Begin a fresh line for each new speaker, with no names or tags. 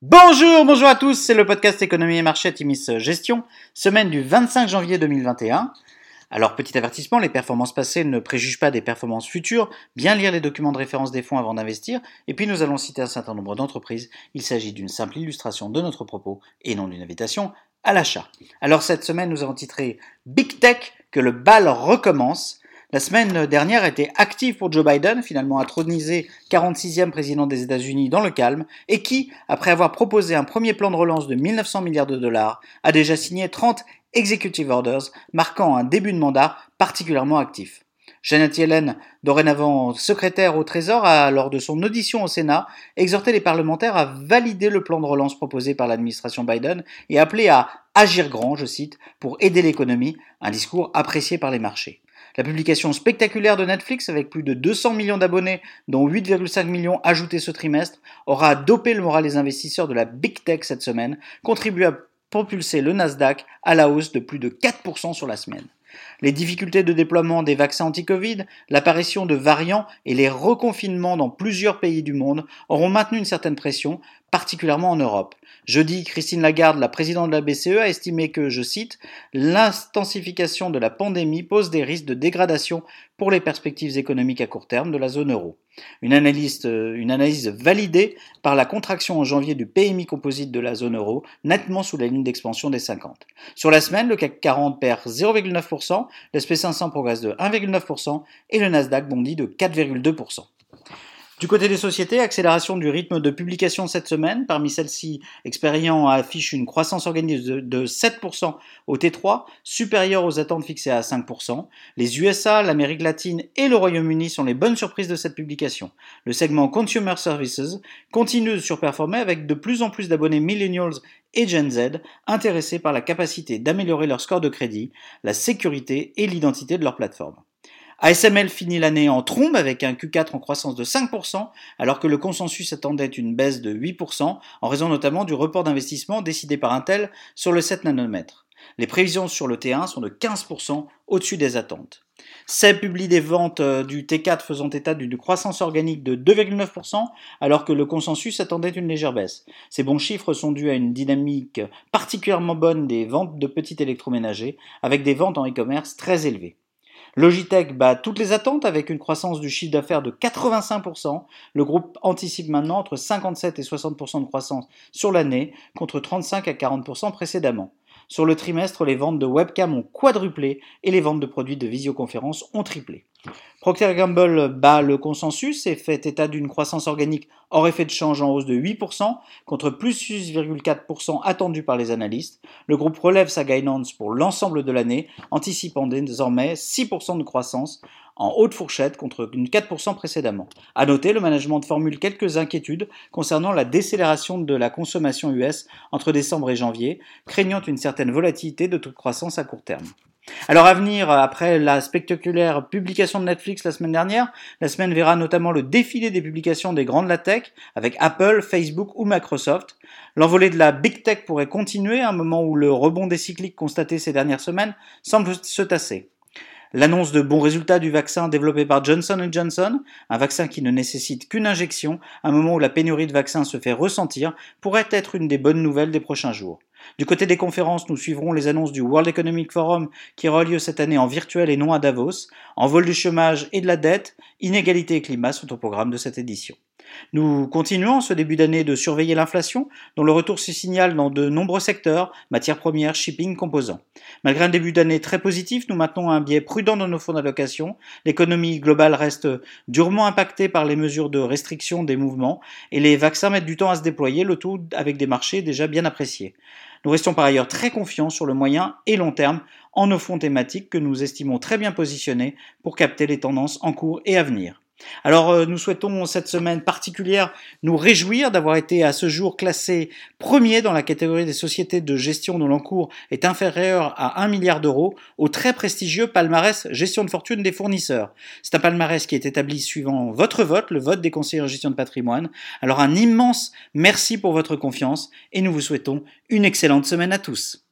Bonjour à tous, c'est le podcast Économie et Marché Timis Gestion, semaine du 25 janvier 2021. Alors petit avertissement, les performances passées ne préjugent pas des performances futures, bien lire les documents de référence des fonds avant d'investir, et puis nous allons citer un certain nombre d'entreprises, il s'agit d'une simple illustration de notre propos et non d'une invitation à l'achat. Alors cette semaine nous avons titré Big Tech, que le bal recommence. La semaine dernière était active pour Joe Biden, finalement intronisé 46e président des États-Unis dans le calme, et qui, après avoir proposé un premier plan de relance de 1900 milliards de dollars, a déjà signé 30 executive orders, marquant un début de mandat particulièrement actif. Janet Yellen, dorénavant secrétaire au Trésor, a, lors de son audition au Sénat, exhorté les parlementaires à valider le plan de relance proposé par l'administration Biden et appelé à agir grand, je cite, pour aider l'économie, un discours apprécié par les marchés. La publication spectaculaire de Netflix, avec plus de 200 millions d'abonnés, dont 8,5 millions ajoutés ce trimestre, aura dopé le moral des investisseurs de la Big Tech cette semaine, contribué à propulser le Nasdaq à la hausse de plus de 4% sur la semaine. Les difficultés de déploiement des vaccins anti-Covid, l'apparition de variants et les reconfinements dans plusieurs pays du monde auront maintenu une certaine pression, particulièrement en Europe. Jeudi, Christine Lagarde, la présidente de la BCE, a estimé que, je cite, « l'intensification de la pandémie pose des risques de dégradation pour les perspectives économiques à court terme de la zone euro ». Une analyse validée par la contraction en janvier du PMI composite de la zone euro, nettement sous la ligne d'expansion des 50. Sur la semaine, le CAC 40 perd 0,9%, le SP500 progresse de 1,9% et le Nasdaq bondit de 4,2%. Du côté des sociétés, accélération du rythme de publication cette semaine. Parmi celles-ci, Experian affiche une croissance organique de 7% au T3, supérieure aux attentes fixées à 5%. Les USA, l'Amérique latine et le Royaume-Uni sont les bonnes surprises de cette publication. Le segment Consumer Services continue de surperformer avec de plus en plus d'abonnés millennials et Gen Z intéressés par la capacité d'améliorer leur score de crédit, la sécurité et l'identité de leur plateforme. ASML finit l'année en trombe avec un Q4 en croissance de 5%, alors que le consensus attendait une baisse de 8%, en raison notamment du report d'investissement décidé par Intel sur le 7 nanomètres. Les prévisions sur le T1 sont de 15% au-dessus des attentes. SEB publie des ventes du T4 faisant état d'une croissance organique de 2,9%, alors que le consensus attendait une légère baisse. Ces bons chiffres sont dus à une dynamique particulièrement bonne des ventes de petits électroménagers, avec des ventes en e-commerce très élevées. Logitech bat toutes les attentes avec une croissance du chiffre d'affaires de 85%. Le groupe anticipe maintenant entre 57 et 60% de croissance sur l'année, contre 35 à 40% précédemment. Sur le trimestre, les ventes de webcam ont quadruplé et les ventes de produits de visioconférence ont triplé. Procter & Gamble bat le consensus et fait état d'une croissance organique hors effet de change en hausse de 8%, contre plus 6,4% attendu par les analystes. Le groupe relève sa guidance pour l'ensemble de l'année, anticipant désormais 6% de croissance en haute fourchette contre une 4% précédemment. À noter, le management formule quelques inquiétudes concernant la décélération de la consommation US entre décembre et janvier, craignant une certaine volatilité de toute croissance à court terme. Alors à venir, après la spectaculaire publication de Netflix la semaine dernière, la semaine verra notamment le défilé des publications des grands de la tech, avec Apple, Facebook ou Microsoft. L'envolée de la Big Tech pourrait continuer à un moment où le rebond des cycliques constaté ces dernières semaines semble se tasser. L'annonce de bons résultats du vaccin développé par Johnson & Johnson, un vaccin qui ne nécessite qu'une injection, à un moment où la pénurie de vaccins se fait ressentir, pourrait être une des bonnes nouvelles des prochains jours. Du côté des conférences, nous suivrons les annonces du World Economic Forum qui aura lieu cette année en virtuel et non à Davos. Envol du chômage et de la dette, inégalité et climat sont au programme de cette édition. Nous continuons en ce début d'année de surveiller l'inflation, dont le retour se signale dans de nombreux secteurs, matières premières, shipping, composants. Malgré un début d'année très positif, nous maintenons un biais prudent dans nos fonds d'allocation. L'économie globale reste durement impactée par les mesures de restriction des mouvements et les vaccins mettent du temps à se déployer, le tout avec des marchés déjà bien appréciés. Nous restons par ailleurs très confiants sur le moyen et long terme en nos fonds thématiques que nous estimons très bien positionnés pour capter les tendances en cours et à venir. Alors nous souhaitons cette semaine particulière nous réjouir d'avoir été à ce jour classé premier dans la catégorie des sociétés de gestion dont l'encours est inférieur à 1 milliard d'euros au très prestigieux palmarès gestion de fortune des fournisseurs. C'est un palmarès qui est établi suivant votre vote, le vote des conseillers en gestion de patrimoine. Alors un immense merci pour votre confiance et nous vous souhaitons une excellente semaine à tous.